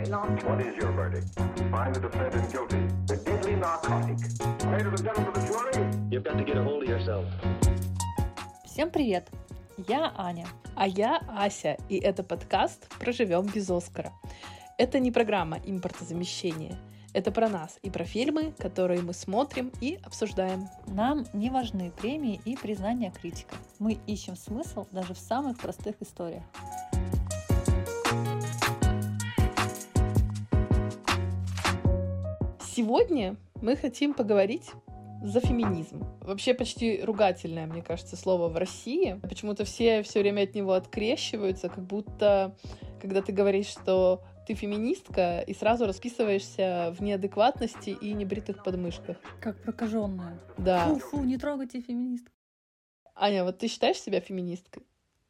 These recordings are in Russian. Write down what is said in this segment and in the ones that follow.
not. What is your verdict? Find the defendant guilty. The deadly narcotic. Ladies and gentlemen of the jury, you've got to get a hold of yourself. Всем привет! Я Аня. А я Ася, и это подкаст «Проживем без Оскара». Это не программа импортозамещения. Это про нас и про фильмы, которые мы смотрим и обсуждаем. Нам не важны премии и признания критиков. Мы ищем смысл даже в самых простых историях. Сегодня мы хотим поговорить за феминизм. Вообще почти ругательное, мне кажется, слово в России. Почему-то все время от него открещиваются, как будто, когда ты говоришь, что ты феминистка, и сразу расписываешься в неадекватности и небритых подмышках. Как прокаженная. Да. Фу, не трогайте феминистку. Аня, вот ты считаешь себя феминисткой?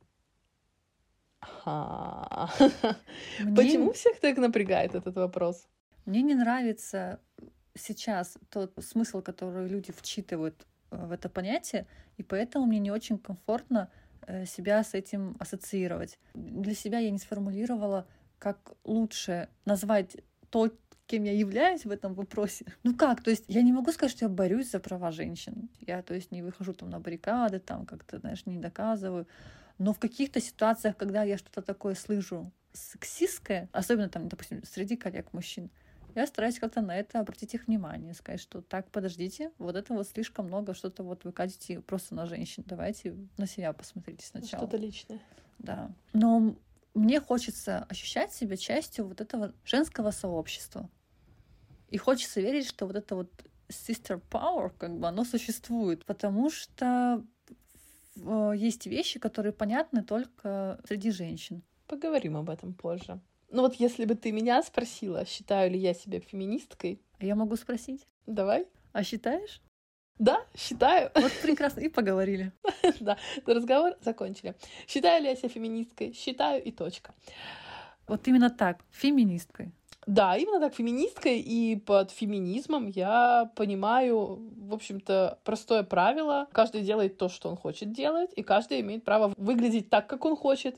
Почему всех так напрягает этот вопрос? Мне не нравится сейчас тот смысл, который люди вчитывают в это понятие, и поэтому мне не очень комфортно себя с этим ассоциировать. Для себя я не сформулировала, как лучше назвать то, кем я являюсь в этом вопросе. Ну как? То есть я не могу сказать, что я борюсь за права женщин. Я, то есть, не выхожу там на баррикады, там как-то, знаешь, не доказываю. Но в каких-то ситуациях, когда я что-то такое слышу сексистское, особенно там, допустим, среди коллег-мужчин, я стараюсь как-то на это обратить их внимание, сказать, что так, подождите, вот это вот слишком много, что-то вот вы катите просто на женщин, давайте на себя посмотрите сначала. Что-то личное. Да. Но мне хочется ощущать себя частью вот этого женского сообщества. И хочется верить, что вот это вот sister power, как бы, оно существует, потому что есть вещи, которые понятны только среди женщин. Поговорим об этом позже. Ну вот если бы ты меня спросила, считаю ли я себя феминисткой... Я могу спросить? Давай. А считаешь? Да, считаю. Вот прекрасно, и поговорили. Да, разговор закончили. Считаю ли я себя феминисткой? Считаю, и точка. Вот именно так, феминисткой. Да, именно так, феминисткой, и под феминизмом я понимаю, в общем-то, простое правило. Каждый делает то, что он хочет делать, и каждый имеет право выглядеть так, как он хочет,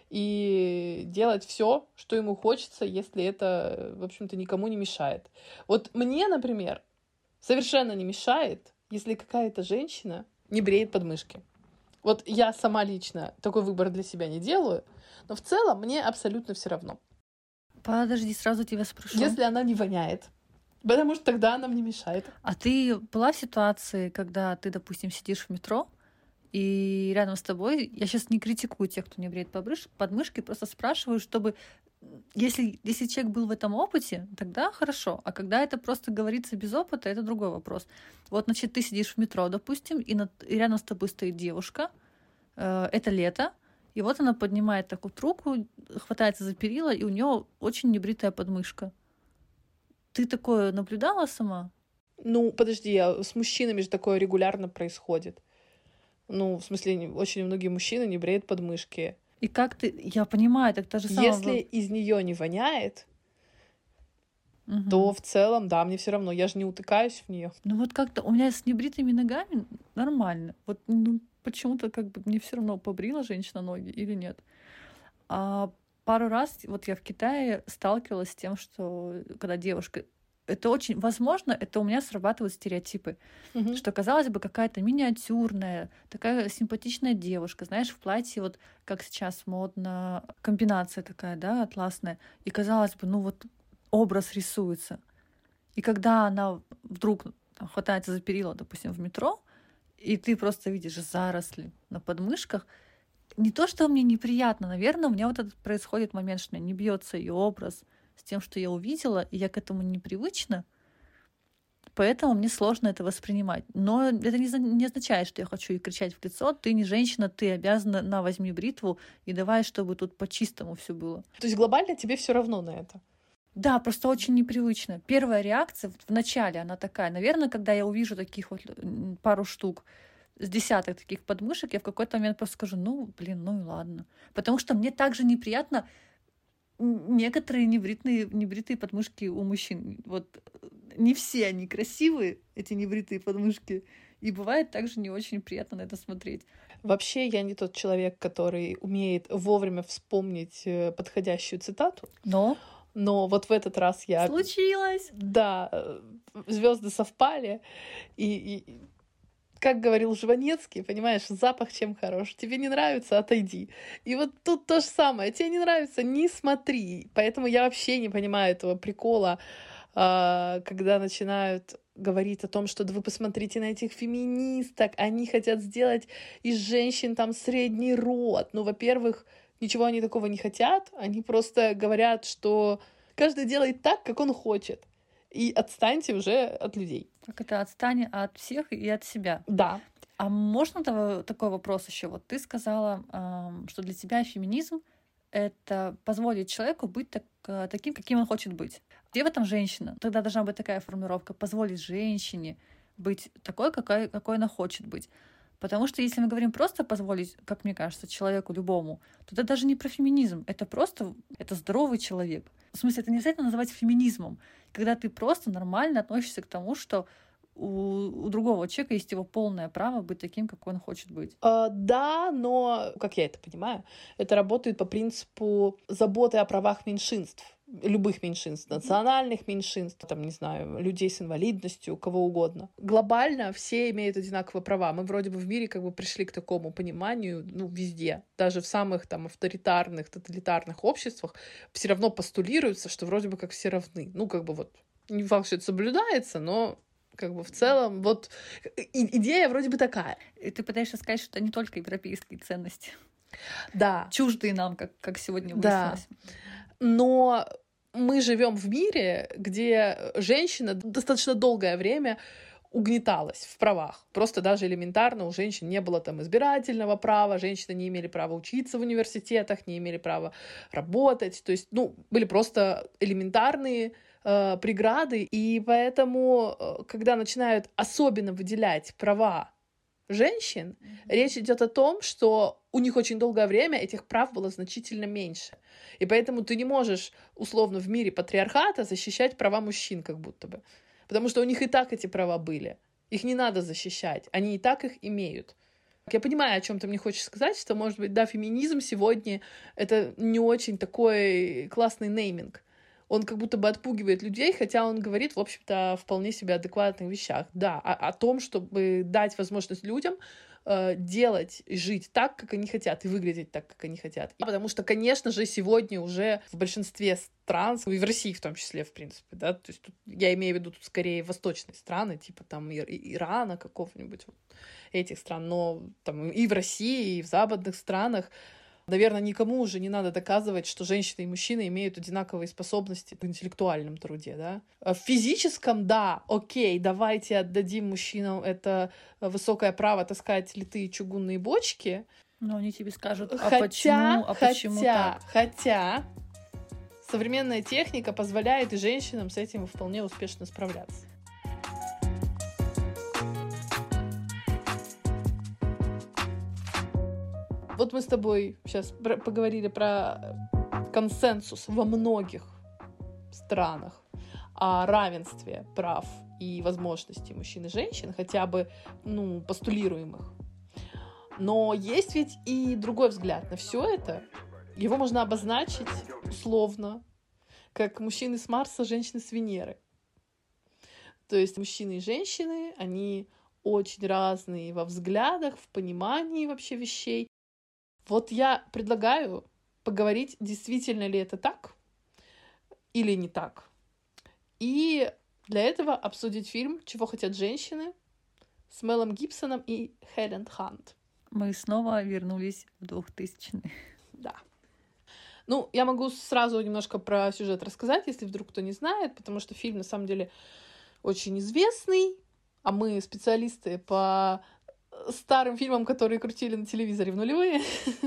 и делать все, что ему хочется, если это, в общем-то, никому не мешает. Вот мне, например, совершенно не мешает, если какая-то женщина не бреет подмышки. Вот я сама лично такой выбор для себя не делаю, но в целом мне абсолютно все равно. Подожди, сразу тебя спрошу. Если она не воняет, потому что тогда она мне мешает. А ты была в ситуации, когда ты, допустим, сидишь в метро, и рядом с тобой, я сейчас не критикую тех, кто не бреет подмышки, просто спрашиваю, чтобы, если человек был в этом опыте, тогда хорошо, а когда это просто говорится без опыта, это другой вопрос. Вот, значит, ты сидишь в метро, допустим, и рядом с тобой стоит девушка, это лето, и вот она поднимает так вот руку, хватается за перила, и у нее очень небритая подмышка. Ты такое наблюдала сама? Ну, подожди, с мужчинами же такое регулярно происходит. Ну, в смысле, очень многие мужчины не бреют подмышки. И как ты... Я понимаю, так та же самая... Если из нее не воняет, то в целом, да, мне все равно. Я же не утыкаюсь в нее. Ну вот как-то у меня с небритыми ногами нормально. Вот почему-то как бы мне все равно, побрила женщина ноги или нет. А пару раз вот я в Китае сталкивалась с тем, что когда девушка... Это очень... Возможно, это у меня срабатывают стереотипы. Что, казалось бы, какая-то миниатюрная, такая симпатичная девушка, знаешь, в платье, вот как сейчас модно, комбинация такая, да, атласная. И, казалось бы, ну вот образ рисуется. И когда она вдруг там хватается за перила, допустим, в метро, и ты просто видишь заросли на подмышках, не то, что мне неприятно, наверное, у меня вот этот происходит момент, что не бьется ее образ с тем, что я увидела, и я к этому непривычна, поэтому мне сложно это воспринимать. Но это не означает, что я хочу ей кричать в лицо: ты не женщина, ты обязана, на, возьми бритву и давай, чтобы тут по-чистому все было. То есть глобально тебе все равно на это? Да, просто очень непривычно. Первая реакция в начале, она такая. Наверное, когда я увижу таких вот пару штук, с десяток таких подмышек, я в какой-то момент просто скажу: ну и ладно. Потому что мне также неприятно некоторые небритые подмышки у мужчин. Вот не все они красивые, эти небритые подмышки. И бывает также не очень приятно на это смотреть. Вообще, я не тот человек, который умеет вовремя вспомнить подходящую цитату. Но но вот в этот раз я... Случилось! Да, звезды совпали, и как говорил Жванецкий, понимаешь, запах чем хорош. Тебе не нравится — отойди. И вот тут то же самое. Тебе не нравится — не смотри. Поэтому я вообще не понимаю этого прикола, когда начинают говорить о том, что да вы посмотрите на этих феминисток, они хотят сделать из женщин там средний род. Ну, во-первых, ничего они такого не хотят. Они просто говорят, что каждый делает так, как он хочет. И отстаньте уже от людей. Как это отстань от всех и от себя. Да. А можно такой вопрос еще? Вот ты сказала, что для тебя феминизм — это позволить человеку быть таким, каким он хочет быть. Где в этом женщина? Тогда должна быть такая формулировка: позволить женщине быть такой, какой она хочет быть. Потому что если мы говорим просто позволить, как мне кажется, человеку любому, то это даже не про феминизм. Это просто это здоровый человек. В смысле, это не обязательно называть феминизмом. Когда ты просто нормально относишься к тому, что у другого человека есть его полное право быть таким, какой он хочет быть. Да, но, как я это понимаю, это работает по принципу заботы о правах меньшинств. Любых меньшинств, национальных меньшинств, там, не знаю, людей с инвалидностью, кого угодно. Глобально все имеют одинаковые права. Мы вроде бы в мире как бы пришли к такому пониманию, ну, везде. Даже в самых там авторитарных, тоталитарных обществах все равно постулируется, что вроде бы как все равны. Ну, как бы вот, не факт, что это соблюдается, но как бы в целом вот идея вроде бы такая. И ты пытаешься сказать, что это не только европейские ценности. Да. Чуждые нам, как сегодня Да. выяснилось. Но мы живем в мире, где женщина достаточно долгое время угнеталась в правах. Просто даже элементарно у женщин не было там избирательного права, женщины не имели права учиться в университетах, не имели права работать. То есть, ну, были просто элементарные преграды. И поэтому, когда начинают особенно выделять права женщин, речь идет о том, что у них очень долгое время этих прав было значительно меньше. И поэтому ты не можешь, условно, в мире патриархата защищать права мужчин как будто бы. Потому что у них и так эти права были. Их не надо защищать. Они и так их имеют. Я понимаю, о чем ты мне хочешь сказать, что, может быть, да, феминизм сегодня — это не очень такой классный нейминг. Он как будто бы отпугивает людей, хотя он говорит, в общем-то, о вполне себе адекватных вещах. Да, о том, чтобы дать возможность людям делать и жить так, как они хотят, и выглядеть так, как они хотят. Потому что, конечно же, сегодня уже в большинстве стран, и в России в том числе, в принципе, да, то есть тут, я имею в виду тут скорее восточные страны, типа там Ирана какого-нибудь, вот, этих стран, но там и в России, и в западных странах, наверное, никому уже не надо доказывать, что женщины и мужчины имеют одинаковые способности в интеллектуальном труде, да. В физическом, да, окей, давайте отдадим мужчинам это высокое право таскать литые чугунные бочки. Но они тебе скажут, почему так? Хотя современная техника позволяет и женщинам с этим вполне успешно справляться. Вот мы с тобой сейчас поговорили про консенсус во многих странах о равенстве прав и возможностей мужчин и женщин, хотя бы, ну, постулируемых. Но есть ведь и другой взгляд на все это. Его можно обозначить условно, как мужчины с Марса, женщины с Венеры. То есть мужчины и женщины, они очень разные во взглядах, в понимании вообще вещей. Вот я предлагаю поговорить, действительно ли это так или не так. И для этого обсудить фильм «Чего хотят женщины» с Мелом Гибсоном и Хелен Хант. Мы снова вернулись в 2000-е. Да. Ну, я могу сразу немножко про сюжет рассказать, если вдруг кто не знает, потому что фильм, на самом деле, очень известный, а мы специалисты по старым фильмам, которые крутили на телевизоре в нулевые.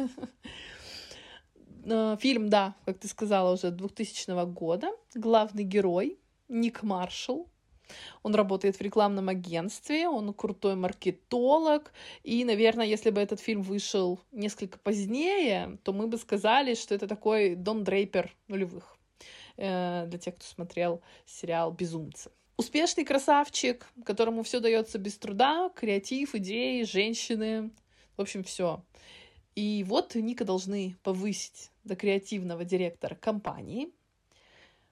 Фильм, да, как ты сказала, уже 2000 года. Главный герой Ник Маршалл. Он работает в рекламном агентстве, он крутой маркетолог. И, наверное, если бы этот фильм вышел несколько позднее, то мы бы сказали, что это такой Дон Дрейпер нулевых. Для тех, кто смотрел сериал «Безумцы». Успешный красавчик, которому все дается без труда, креатив, идеи, женщины, в общем, все. И вот Ника должны повысить до креативного директора компании.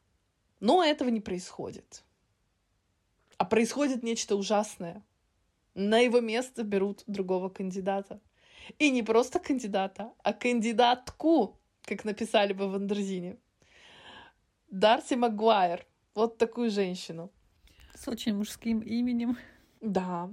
Но этого не происходит. А происходит нечто ужасное. На его место берут другого кандидата. И не просто кандидата, а кандидатку, как написали бы в Андерзине. Дарси Магуайр. Вот такую женщину. С очень мужским именем. Да.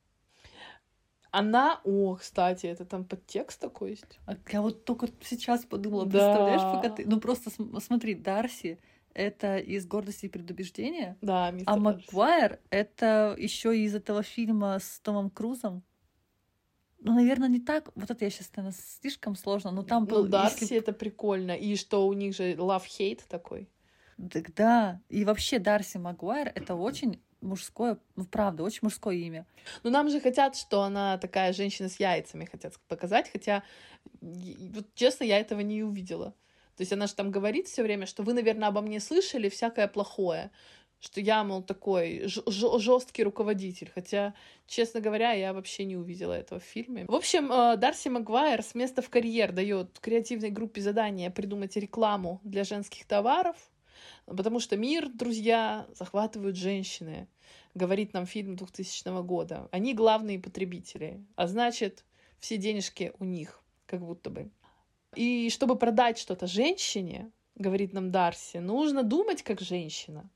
Она... О, кстати, это там подтекст такой есть. А я вот только сейчас подумала, Да. представляешь, пока ты... Ну просто смотри, Дарси — это из «Гордости и предубеждения», Да, а мистер Дарси. Магуайр — это еще из этого фильма с Томом Крузом. Ну, наверное, не так. Вот это я сейчас, наверное, слишком сложно, но там был... Ну, Дарси если... это прикольно. И что у них же love-hate такой. Так да. И вообще Дарси Магуайр — это очень мужское, ну, правда, очень мужское имя. Но нам же хотят, что она такая женщина с яйцами, хотят показать, хотя, вот честно, я этого не увидела. То есть она же там говорит все время, что вы, наверное, обо мне слышали всякое плохое, что я, мол, такой жесткий руководитель. Хотя, честно говоря, я вообще не увидела этого в фильме. В общем, Дарси Магуайр с места в карьер дает креативной группе задание придумать рекламу для женских товаров, потому что мир, друзья, захватывают женщины, говорит нам фильм 2000 года. Они главные потребители, а значит, все денежки у них, как будто бы. И чтобы продать что-то женщине, говорит нам Дарси, нужно думать как женщина.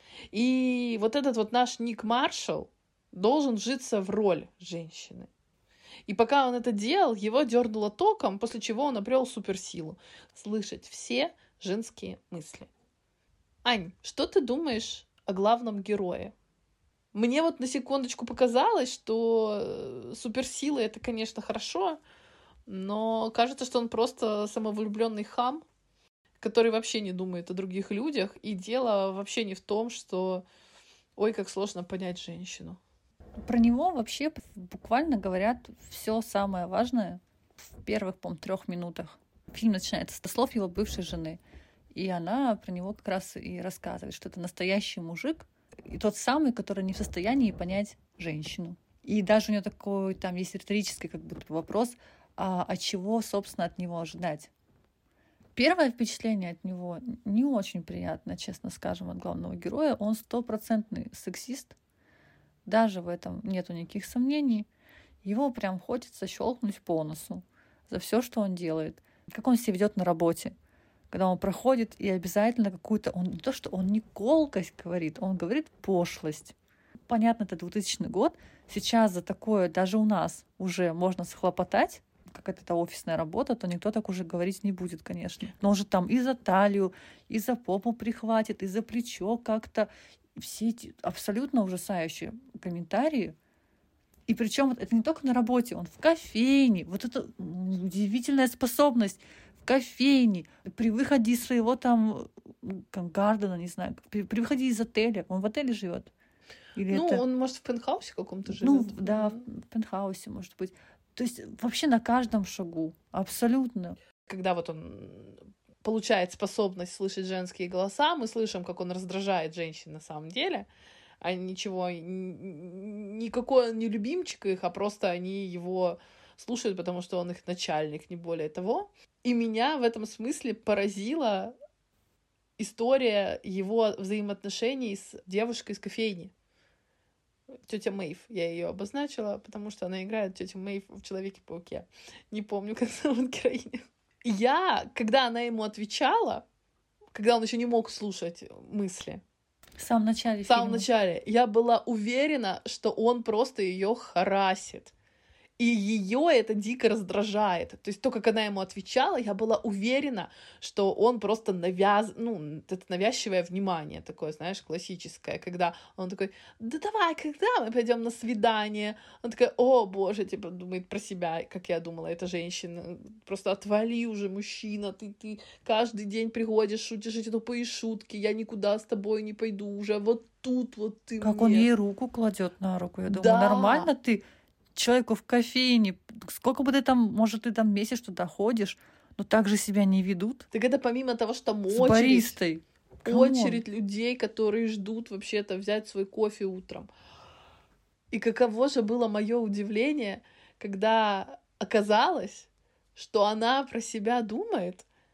И вот этот вот наш Ник Маршалл должен вжиться в роль женщины. И пока он это делал, его дернуло током, после чего он обрел суперсилу слышать все женские мысли. Ань, что ты думаешь о главном герое? Мне вот на секундочку показалось, что суперсилы — это, конечно, хорошо, но кажется, что он просто самовлюбленный хам, который вообще не думает о других людях, и дело вообще не в том, что ой, как сложно понять женщину. Про него вообще буквально говорят все самое важное в первых, по-моему, 3 минутах. Фильм начинается со слов его бывшей жены. И она про него как раз и рассказывает, что это настоящий мужик, и тот самый, который не в состоянии понять женщину. И даже у нее такой, там есть риторический как будто вопрос, а чего, собственно, от него ожидать. Первое впечатление от него не очень приятно, честно скажем, от главного героя. Он 100% сексист. Даже в этом нету никаких сомнений. Его прям хочется щелкнуть по носу за все, что он делает. Как он себя ведет на работе. Когда он проходит и обязательно какую-то... Он не то, что он не колкость говорит, он говорит пошлость. Понятно, это 2000 год. Сейчас за такое даже у нас уже можно схлопотать, как это офисная работа, то никто так уже говорить не будет, конечно. Но он же там и за талию, и за попу прихватит, и за плечо как-то. Все эти абсолютно ужасающие комментарии. И причем это не только на работе, он в кофейне. Вот это удивительная способность. В кофейне, при выходе из своего там гардена, не знаю, при выходе из отеля. Он в отеле живет. Или ну, это... он, может, в пентхаусе каком-то живет. Ну, да, в пентхаусе, может быть. То есть вообще на каждом шагу. Абсолютно. Когда вот он получает способность слышать женские голоса, мы слышим, как он раздражает женщин на самом деле, а ничего, никакой он не любимчик их, а просто они его слушают, потому что он их начальник, не более того. И меня в этом смысле поразила история его взаимоотношений с девушкой из кофейни. Тетя Мэйв, я ее обозначила, потому что она играет тетю Мэйв в Человеке-пауке. Не помню, как зовут героиню. Я, когда она ему отвечала, когда он еще не мог слушать мысли, В самом начале в самом фильма. начале, я была уверена, что он просто ее харасит. И ее это дико раздражает. То есть то, как она ему отвечала, я была уверена, что он просто ну, это навязчивое внимание такое, знаешь, классическое, когда он такой, да давай, когда мы пойдем на свидание? Он такой, о боже, типа думает про себя, как я думала, эта женщина. Просто отвали уже, мужчина, ты каждый день приходишь, шутишь эти тупые шутки, я никуда с тобой не пойду уже, вот тут вот ты Как мне. он ей руку кладет на руку. Я думаю, Да. нормально ты человеку в кофейне, сколько бы ты там, может, ты там месяц туда ходишь, но так же себя не ведут. Так это помимо того, что С баристой. очередь людей, которые ждут вообще-то взять свой кофе утром. И каково же было мое удивление, когда оказалось, что она про себя думает: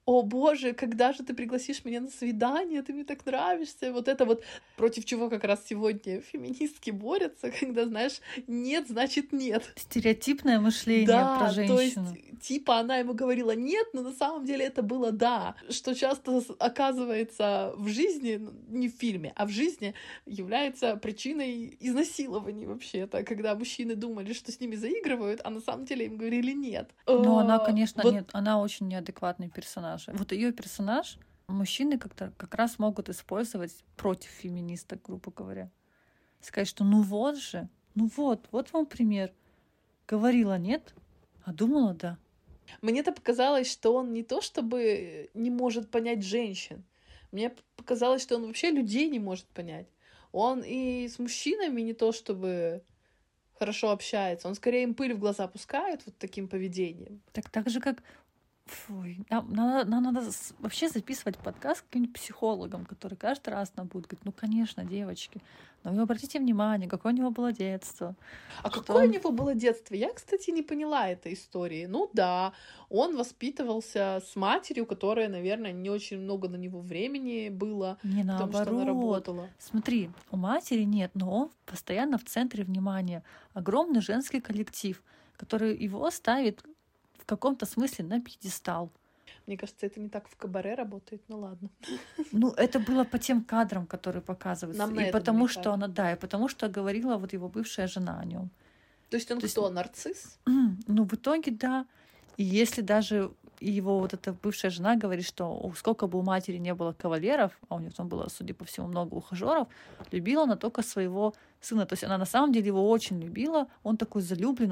о боже, когда же ты пригласишь меня на свидание, ты мне так нравишься. Вот это вот, против чего как раз сегодня феминистки борются, когда, знаешь, нет, значит нет. Стереотипное мышление про Да, то есть, женщину. типа, она ему говорила нет, но на самом деле это было да. Что часто оказывается в жизни, не в фильме, а в жизни является причиной изнасилований вообще-то, когда мужчины думали, что с ними заигрывают, а на самом деле им говорили нет. Но она, конечно, Вот нет, она очень неадекватный персонаж. Вот ее персонаж мужчины как раз могут использовать против феминисток, грубо говоря. Сказать, что ну вот же, ну вот вам пример. Говорила нет, а думала да. мне-то показалось, что он не то чтобы не может понять женщин, мне показалось, что он вообще людей не может понять. Он и с мужчинами не то чтобы хорошо общается, он скорее им пыль в глаза пускает вот таким поведением. Так же, как... Фуй, нам надо вообще записывать подкаст к каким-нибудь психологам, который каждый раз нам будет говорить, ну, конечно, девочки, но вы обратите внимание, какое у него было детство. А что какое у он- него было детство? Я, кстати, не поняла этой истории. Ну да, он воспитывался с матерью, которая, наверное, не очень много на него времени было, Не потому что она наоборот. работала. Смотри, у матери нет, но он постоянно в центре внимания. Огромный женский коллектив, который его ставит в каком-то смысле на пьедестал. Мне кажется, это не так в кабаре работает, ну ладно. Ну, это было по тем кадрам, которые показываются. Нам на И это потому намекали. что она, да, и потому что говорила вот его бывшая жена о нем. То есть он То есть- кто, нарцисс? Ну, в итоге, да. И если даже его вот эта бывшая жена говорит, что сколько бы у матери не было кавалеров, а у нее там было, судя по всему, много ухажеров, любила она только своего сына. То есть она на самом деле его очень любила. Он такой залюблен,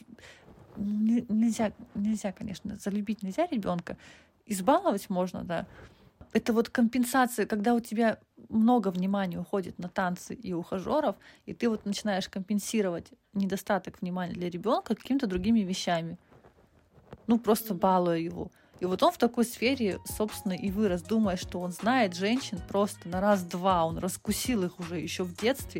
нельзя, конечно, залюбить нельзя ребенка. Избаловать можно, да. Это вот компенсация, когда у тебя много внимания уходит на танцы и ухажеров, и ты вот начинаешь компенсировать недостаток внимания для ребенка какими-то другими вещами. Ну, просто балуя его. И вот он в такой сфере, собственно, и вырос, думая, что он знает женщин просто на раз-два. Он раскусил их уже еще в детстве.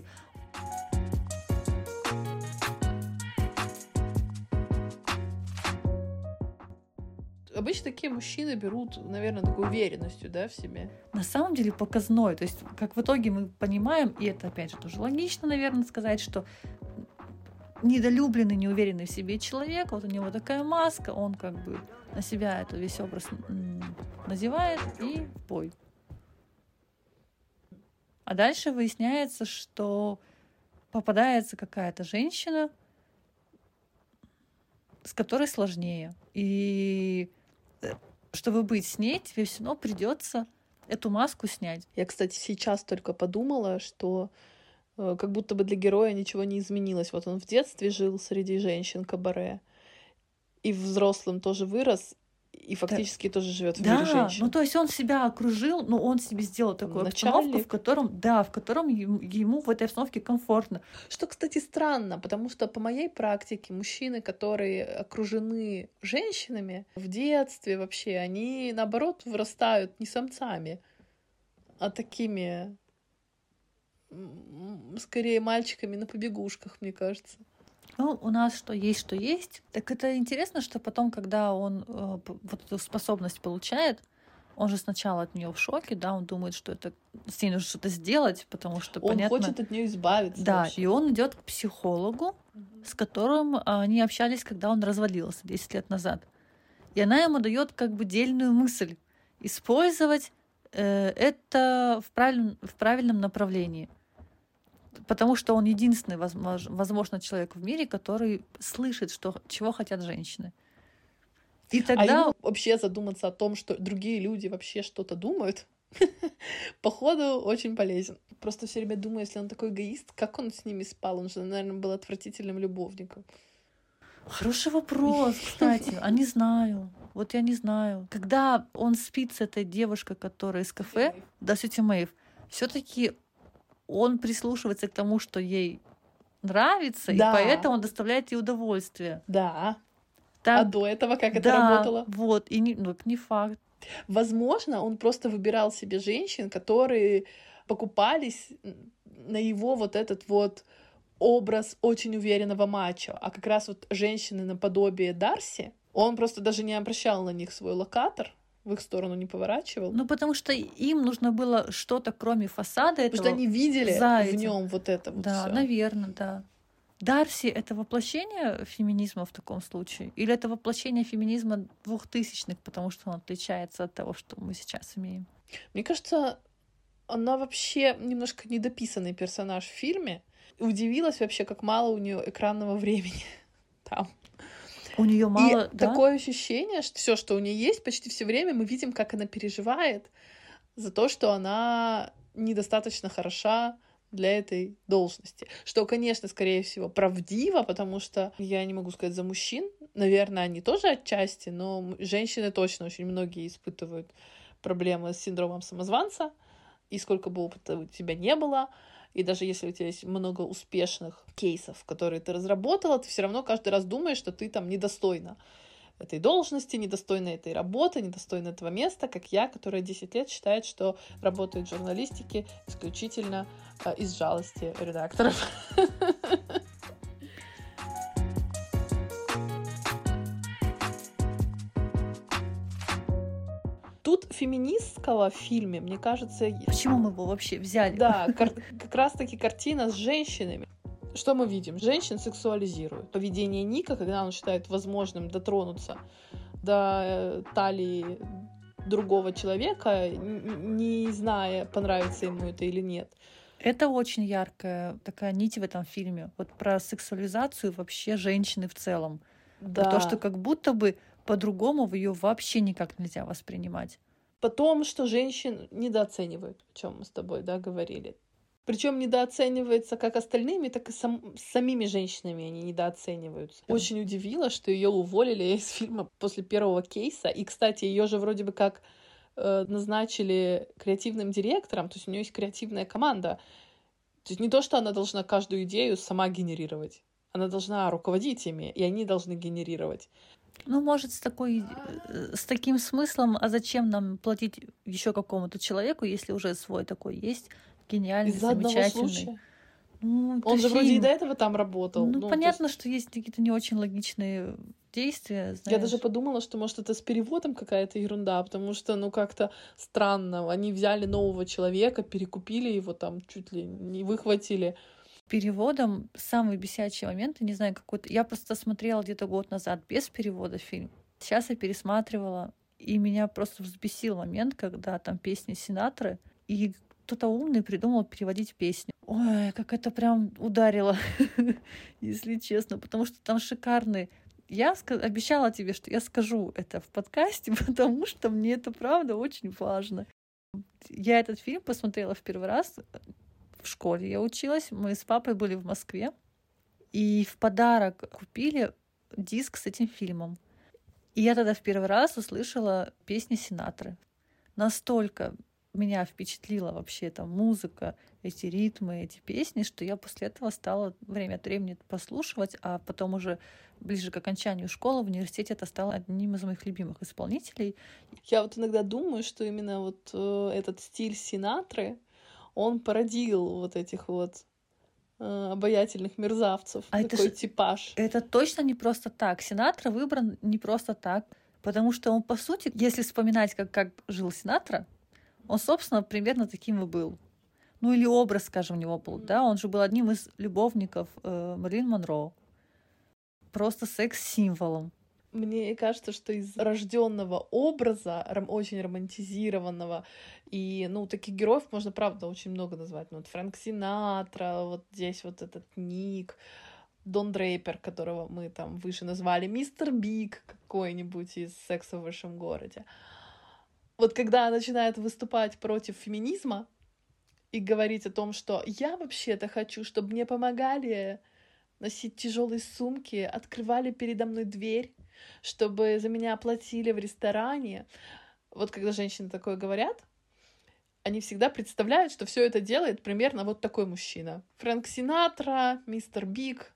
Обычно такие мужчины берут, наверное, такой уверенностью, да, в себе. На самом деле показной. То есть, как в итоге мы понимаем, и это, опять же, тоже логично, наверное, сказать, что недолюбленный, неуверенный в себе человек, вот у него такая маска, он как бы на себя этот весь образ надевает и в бой. А дальше выясняется, что попадается какая-то женщина, с которой сложнее. И чтобы быть с ней, тебе все равно придется эту маску снять. Я, кстати, сейчас только подумала, что как будто бы для героя ничего не изменилось. Вот он в детстве жил среди женщин кабаре, и взрослым тоже вырос, и фактически тоже живет в мире Да, женщин. ну то есть он себя окружил, но он себе сделал такую обстановку, Начальник. в котором ему в этой обстановке комфортно. Что, кстати, странно, потому что по моей практике мужчины, которые окружены женщинами в детстве вообще, они, наоборот, вырастают не самцами, а такими, скорее, мальчиками на побегушках, мне кажется. Ну, у нас что есть. Так это интересно, что потом, когда он вот эту способность получает, он же сначала от нее в шоке, да, он думает, что это с ней нужно что-то сделать, потому что, Он понятно... хочет от нее избавиться. Да, вообще. и он идет к психологу, с которым они общались, когда он разводился 10 лет назад. И она ему дает как бы дельную мысль использовать это в правильном направлении. Потому что он единственный, возможно, человек в мире, который слышит, чего хотят женщины. И А тогда... ему вообще задуматься о том, что другие люди вообще что-то думают, походу, очень полезен. Просто все время думаю, если он такой эгоист, как он с ними спал? Он же, наверное, был отвратительным любовником. Хороший вопрос, кстати. А не знаю. Вот я не знаю. Когда он спит с этой девушкой, которая из кафе, да, с тетей Мэйв, все-таки он прислушивается к тому, что ей нравится, Да. и поэтому доставляет ей удовольствие. Да. Так, А до этого как это да, работало? вот, и не факт. Возможно, он просто выбирал себе женщин, которые покупались на его вот этот вот образ очень уверенного мачо. А как раз вот женщины наподобие Дарси, он просто даже не обращал на них свой локатор в их сторону не поворачивал. Ну, потому что им нужно было что-то, кроме фасада этого. Потому что они видели в нем вот это вот Да, всё. наверное, да. Дарси — это воплощение феминизма в таком случае? Или это воплощение феминизма 2000-х, потому что он отличается от того, что мы сейчас имеем? Мне кажется, она вообще немножко недописанный персонаж в фильме. Удивилась вообще, как мало у нее экранного времени там. У нее мало, И да? такое ощущение, что все, что у нее есть, почти все время мы видим, как она переживает за то, что она недостаточно хороша для этой должности. Что, конечно, скорее всего, правдиво, потому что я не могу сказать за мужчин. Наверное, они тоже отчасти, но женщины точно очень многие испытывают проблемы с синдромом самозванца. И сколько бы опыта у тебя не было, и даже если у тебя есть много успешных кейсов, которые ты разработала, ты все равно каждый раз думаешь, что ты там недостойна этой должности, недостойна этой работы, недостойна этого места, как я, которая 10 лет считает, что работает в журналистике исключительно из жалости редакторов. Тут феминистского в фильме, мне кажется... Почему мы его вообще взяли? Да, как раз-таки картина с женщинами. Что мы видим? Женщин сексуализируют. Поведение Ника, когда он считает возможным дотронуться до талии другого человека, не зная, понравится ему это или нет. Это очень яркая такая нить в этом фильме. Вот про сексуализацию вообще женщины в целом. Да. Про то, что как будто бы по-другому ее вообще никак нельзя воспринимать. Потом, что женщин недооценивают, о чем мы с тобой, да, говорили. Причем недооценивается как остальными, так и самими женщинами они недооцениваются. Очень удивило, что ее уволили из фильма после первого кейса. И, кстати, ее же вроде бы как назначили креативным директором, то есть у нее есть креативная команда. То есть не то, что она должна каждую идею сама генерировать. Она должна руководить ими, и они должны генерировать. Ну, может, с таким смыслом, а зачем нам платить еще какому-то человеку, если уже свой такой есть, гениальный, из-за замечательный. Одного случая. Ну, Он же фильм. вроде и до этого там работал. Ну, понятно, что есть какие-то не очень логичные действия. Знаешь. Я даже подумала, что, может, это с переводом какая-то ерунда, потому что, ну, как-то странно. Они взяли нового человека, перекупили его там, чуть ли не выхватили. Переводом самый бесячий момент, я не знаю, какой-то... Я просто смотрела где-то год назад без перевода фильм. Сейчас я пересматривала, и меня просто взбесил момент, когда там песни Синатры, и кто-то умный придумал переводить песню. Ой, как это прям ударило, если честно, потому что там шикарный... Я обещала тебе, что я скажу это в подкасте, потому что мне это правда очень важно. Я этот фильм посмотрела в первый раз в школе. Я училась, мы с папой были в Москве, и в подарок купили диск с этим фильмом. И я тогда в первый раз услышала песни Синатры. Настолько меня впечатлила вообще эта музыка, эти ритмы, эти песни, что я после этого стала время от времени послушивать, а потом уже ближе к окончанию школы в университете это стало одним из моих любимых исполнителей. Я вот иногда думаю, что именно вот этот стиль Синатры, он породил вот этих вот обаятельных мерзавцев, такой типаж. Это точно не просто так. Синатра выбран не просто так, потому что он, по сути, если вспоминать, как жил Синатра, он, собственно, примерно таким и был. Ну, или образ, скажем, у него был, да? Он же был одним из любовников Мэрилин Монро. Просто секс-символом. Мне кажется, что из рожденного образа, очень романтизированного, и, ну, таких героев можно, правда, очень много назвать. Ну, вот Фрэнк Синатра, вот здесь вот этот Ник, Дон Дрейпер, которого мы там выше назвали, Мистер Биг какой-нибудь из «Секса в большом городе». Вот когда начинает выступать против феминизма и говорить о том, что я вообще-то хочу, чтобы мне помогали носить тяжелые сумки, открывали передо мной дверь, чтобы за меня оплатили в ресторане. Вот когда женщины такое говорят, они всегда представляют, что все это делает примерно вот такой мужчина. Фрэнк Синатра, Мистер Биг,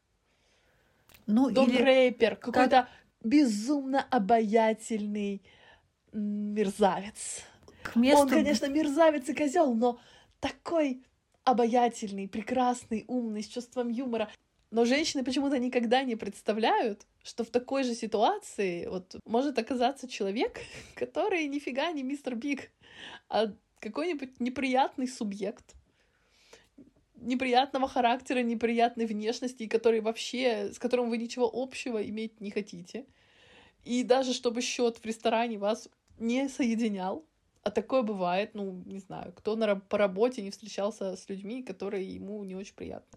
Дон Дрейпер, какой-то безумно обаятельный мерзавец. Он, конечно, мерзавец и козел, но такой обаятельный, прекрасный, умный, с чувством юмора. Но женщины почему-то никогда не представляют, что в такой же ситуации вот может оказаться человек, который нифига не мистер Биг, а какой-нибудь неприятный субъект, неприятного характера, неприятной внешности, который вообще, с которым вы ничего общего иметь не хотите. И даже чтобы счет в ресторане вас не соединял, а такое бывает, ну, не знаю, кто по работе не встречался с людьми, которые ему не очень приятны.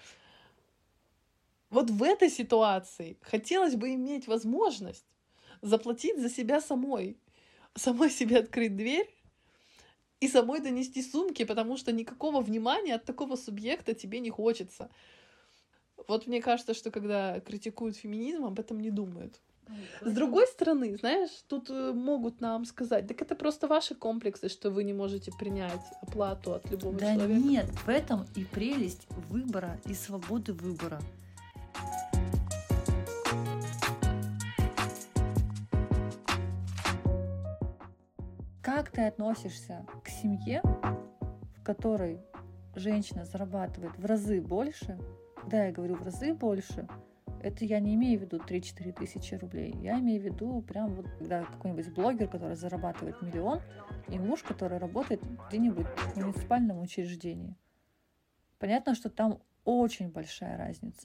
Вот в этой ситуации хотелось бы иметь возможность заплатить за себя самой себе открыть дверь и самой донести сумки, потому что никакого внимания от такого субъекта тебе не хочется. Вот мне кажется, что когда критикуют феминизм, об этом не думают. С другой стороны, знаешь, тут могут нам сказать, так это просто ваши комплексы, что вы не можете принять оплату от любого человека. Да нет, в этом и прелесть выбора и свободы выбора. Как ты относишься к семье, в которой женщина зарабатывает в разы больше? Когда я говорю в разы больше, это я не имею в виду 3-4 тысячи рублей. Я имею в виду прям вот, когда какой-нибудь блогер, который зарабатывает 1 миллион, и муж, который работает где-нибудь в муниципальном учреждении. Понятно, что там очень большая разница.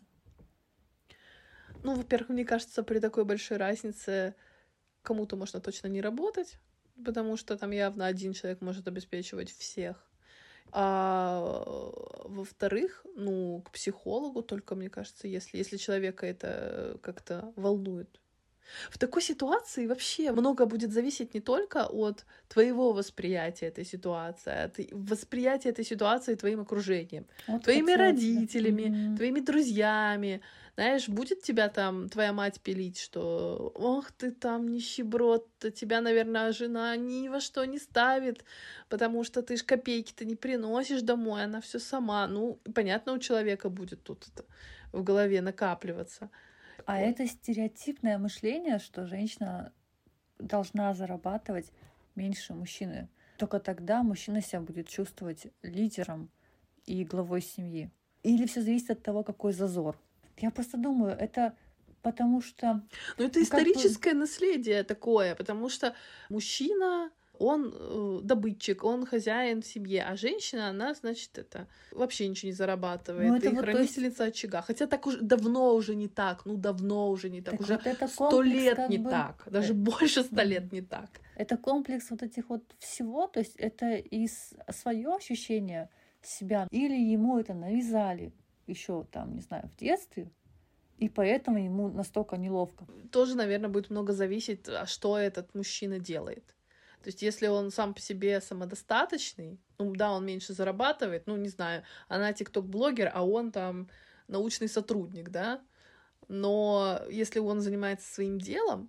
Ну, во-первых, мне кажется, при такой большой разнице кому-то можно точно не работать, потому что там явно один человек может обеспечивать всех. А во-вторых, ну, к психологу только, мне кажется, если человека это как-то волнует. В такой ситуации вообще много будет зависеть не только от твоего восприятия этой ситуации, от восприятия этой ситуации твоим окружением, вот твоими родителями, твоими друзьями. Знаешь, будет тебя там твоя мать пилить, что «Ох, ты там нищеброд, тебя, наверное, жена ни во что не ставит, потому что ты ж копейки-то не приносишь домой, она все сама». Ну, понятно, у человека будет тут это в голове накапливаться. А это стереотипное мышление, что женщина должна зарабатывать меньше мужчины. Только тогда мужчина себя будет чувствовать лидером и главой семьи. Или все зависит от того, какой зазор. Я просто думаю, это потому что... Ну, это историческое наследие такое, потому что мужчина, он добытчик, он хозяин в семье, а женщина, она, значит, это вообще ничего не зарабатывает, и вот хранительница очага. Хотя так уже давно уже не так, давно уже не так, уже вот 100 лет не так, даже больше 100 лет не так. Это комплекс вот этих вот всего, то есть это и свое ощущение себя, или ему это навязали еще там, не знаю, в детстве, и поэтому ему настолько неловко. Тоже, наверное, будет много зависеть, а что этот мужчина делает. То есть, если он сам по себе самодостаточный, ну да, он меньше зарабатывает, ну, не знаю, она тикток-блогер, а он там научный сотрудник, да, но если он занимается своим делом,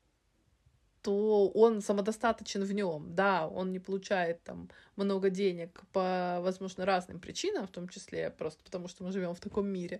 то он самодостаточен в нем, да, он не получает там много денег по, возможно, разным причинам, в том числе просто потому, что мы живем в таком мире,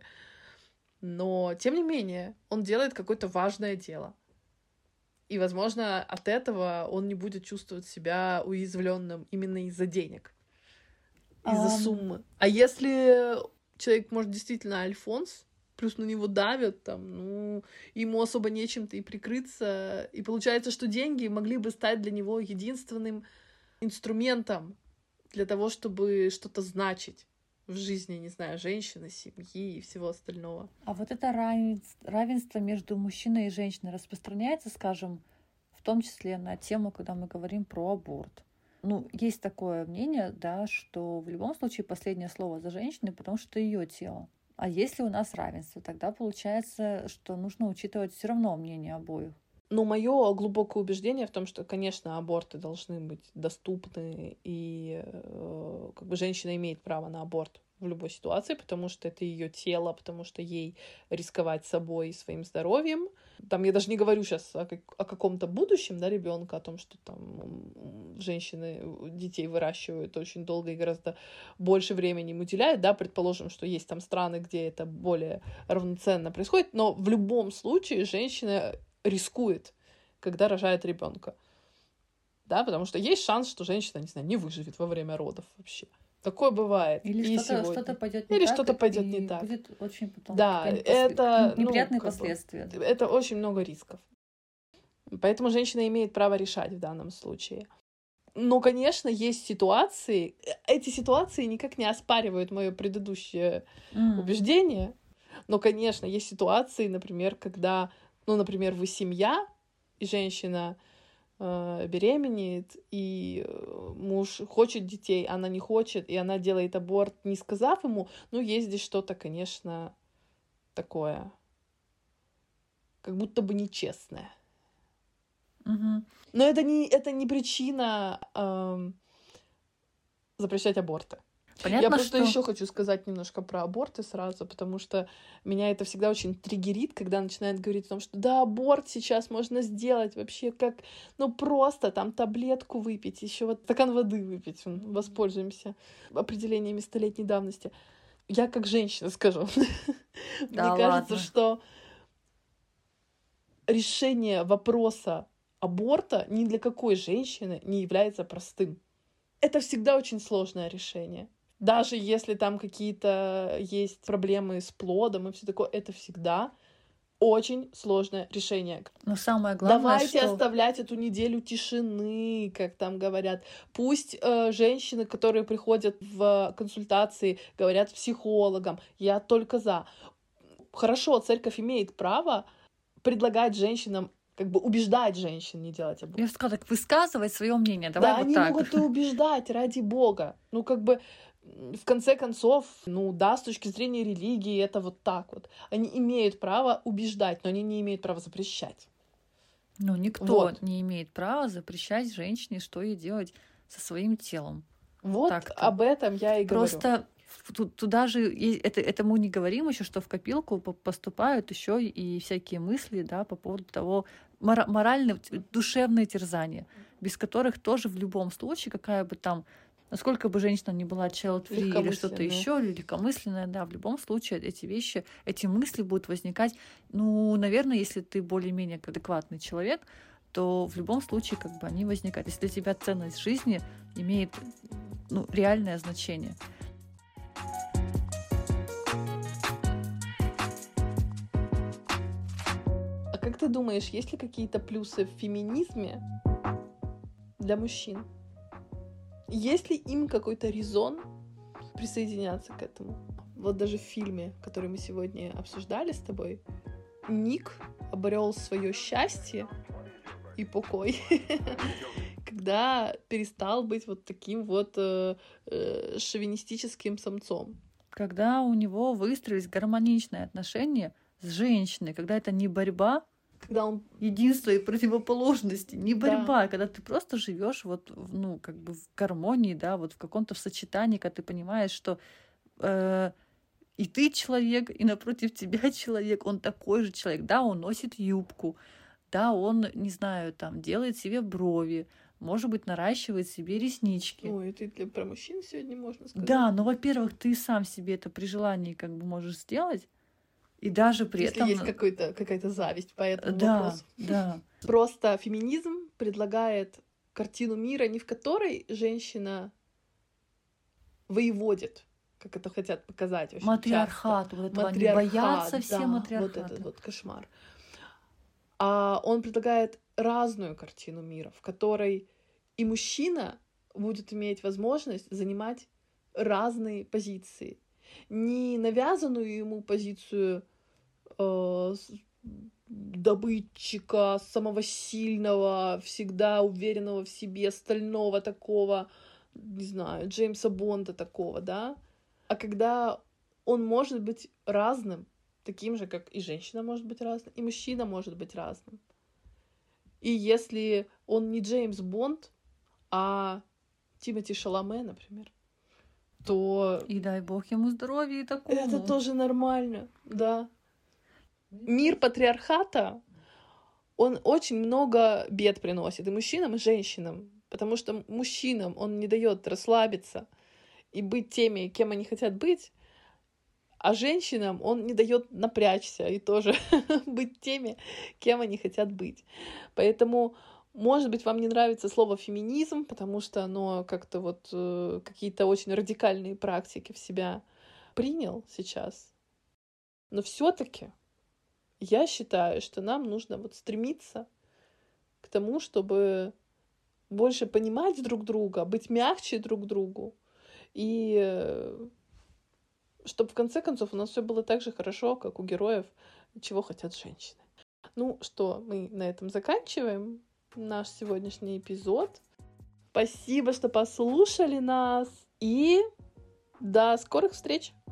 но, тем не менее, он делает какое-то важное дело. И, возможно, от этого он не будет чувствовать себя уязвленным именно из-за денег, из-за суммы. А если человек, может, действительно альфонс, плюс на него давят, там, ну, ему особо нечем-то и прикрыться, и получается, что деньги могли бы стать для него единственным инструментом для того, чтобы что-то значить в жизни, не знаю, женщины, семьи и всего остального. А вот это равенство между мужчиной и женщиной распространяется, скажем, в том числе на тему, когда мы говорим про аборт. Ну, есть такое мнение, да, что в любом случае последнее слово за женщиной, потому что это ее тело. А если у нас равенство, тогда получается, что нужно учитывать все равно мнение обоих. Но мое глубокое убеждение в том, что, конечно, аборты должны быть доступны, и как бы женщина имеет право на аборт в любой ситуации, потому что это ее тело, потому что ей рисковать собой и своим здоровьем. Там я даже не говорю сейчас о каком-то будущем, да, ребенка, о том, что там женщины детей выращивают очень долго и гораздо больше времени им уделяют, да, предположим, что есть там страны, где это более равноценно происходит, но в любом случае женщина рискует, когда рожает ребенка, да, потому что есть шанс, что женщина, не знаю, не выживет во время родов вообще. Такое бывает. Или И что-то сегодня. пойдет не Или так, что-то пойдет и не так. будет очень потом Да, какие-нибудь это неприятные как бы, последствия. это очень много рисков. Поэтому женщина имеет право решать в данном случае. Но, конечно, есть ситуации, эти ситуации никак не оспаривают мое предыдущее убеждение, но, конечно, есть ситуации, например, когда, ну, например, вы семья, и женщина беременеет, и муж хочет детей, она не хочет, и она делает аборт, не сказав ему, ну, есть здесь что-то, конечно, такое, как будто бы нечестное. Но это не причина запрещать аборты. Понятно, Я просто что... еще хочу сказать немножко про аборты сразу, потому что меня это всегда очень триггерит, когда начинают говорить о том, что да, аборт сейчас можно сделать вообще как, ну просто там таблетку выпить, еще вот стакан воды выпить, воспользуемся определениями столетней давности. Я как женщина скажу. Мне кажется, что решение вопроса аборта ни для какой женщины не является простым. Это всегда очень сложное решение. Даже если там какие-то есть проблемы с плодом и все такое, это всегда очень сложное решение. Но самое главное, давайте что... оставлять эту неделю тишины, как там говорят. Пусть женщины, которые приходят в консультации, говорят психологам, я только за. Хорошо, церковь имеет право предлагать женщинам, как бы убеждать женщин не делать аборт. Я сказала, так высказывать свое мнение. Давай да, вот они так. могут и убеждать, ради бога. Ну, как бы, в конце концов, ну, да, с точки зрения религии, это вот так вот. Они имеют право убеждать, но они не имеют права запрещать. Ну, никто не имеет права запрещать женщине, что ей делать со своим телом. Вот так-то. Об этом я и говорю. Просто туда же, это мы не говорим еще, что в копилку поступают еще и всякие мысли, да, по поводу того, моральные, душевные терзания, без которых тоже в любом случае, какая бы там, насколько бы женщина не была child-free или что-то еще, или легкомысленная, да, в любом случае эти вещи, эти мысли будут возникать. Ну, наверное, если ты более-менее адекватный человек, то в любом случае как бы они возникают. Если для тебя ценность жизни имеет, ну, реальное значение. А как ты думаешь, есть ли какие-то плюсы в феминизме для мужчин? Есть ли им какой-то резон присоединяться к этому? Вот даже в фильме, который мы сегодня обсуждали с тобой, Ник обрел свое счастье и покой, когда перестал быть вот таким вот шовинистическим самцом. Когда у него выстроились гармоничные отношения с женщиной, когда это не борьба, когда он единство и противоположности, не борьба, когда ты просто живешь вот, ну, как бы в гармонии, да, вот в каком-то сочетании, когда ты понимаешь, что и ты человек, и напротив тебя человек, он такой же человек, да, он носит юбку, да, он, не знаю, там, делает себе брови, может быть, наращивает себе реснички. Ой, это про мужчин сегодня можно сказать. Да, но, во-первых, ты сам себе это при желании как бы можешь сделать, и даже при этом... Если есть какая-то зависть по этому вопросу. Да. Просто феминизм предлагает картину мира, не в которой женщина воеводит, как это хотят показать очень матриархат, часто. Вот этого они боятся все матриархата. Вот этот вот кошмар. А он предлагает разную картину мира, в которой и мужчина будет иметь возможность занимать разные позиции. Не навязанную ему позицию добытчика, самого сильного, всегда уверенного в себе, стального такого, не знаю, Джеймса Бонда такого, да? А когда он может быть разным, таким же, как и женщина может быть разной, и мужчина может быть разным. И если он не Джеймс Бонд, а Тимоти Шаломе, например, то... И дай бог ему здоровья и такому. Это тоже нормально, да. Мир патриархата, он очень много бед приносит и мужчинам, и женщинам, потому что мужчинам он не дает расслабиться и быть теми, кем они хотят быть, а женщинам он не дает напрячься и тоже быть теми, кем они хотят быть. Поэтому Может быть, вам не нравится слово феминизм, потому что оно как-то вот какие-то очень радикальные практики в себя принял сейчас. Но все-таки я считаю, что нам нужно вот стремиться к тому, чтобы больше понимать друг друга, быть мягче друг другу, и чтобы в конце концов у нас все было так же хорошо, как у героев «Чего хотят женщины». Ну что, мы на этом заканчиваем наш сегодняшний эпизод. Спасибо, что послушали нас, и до скорых встреч!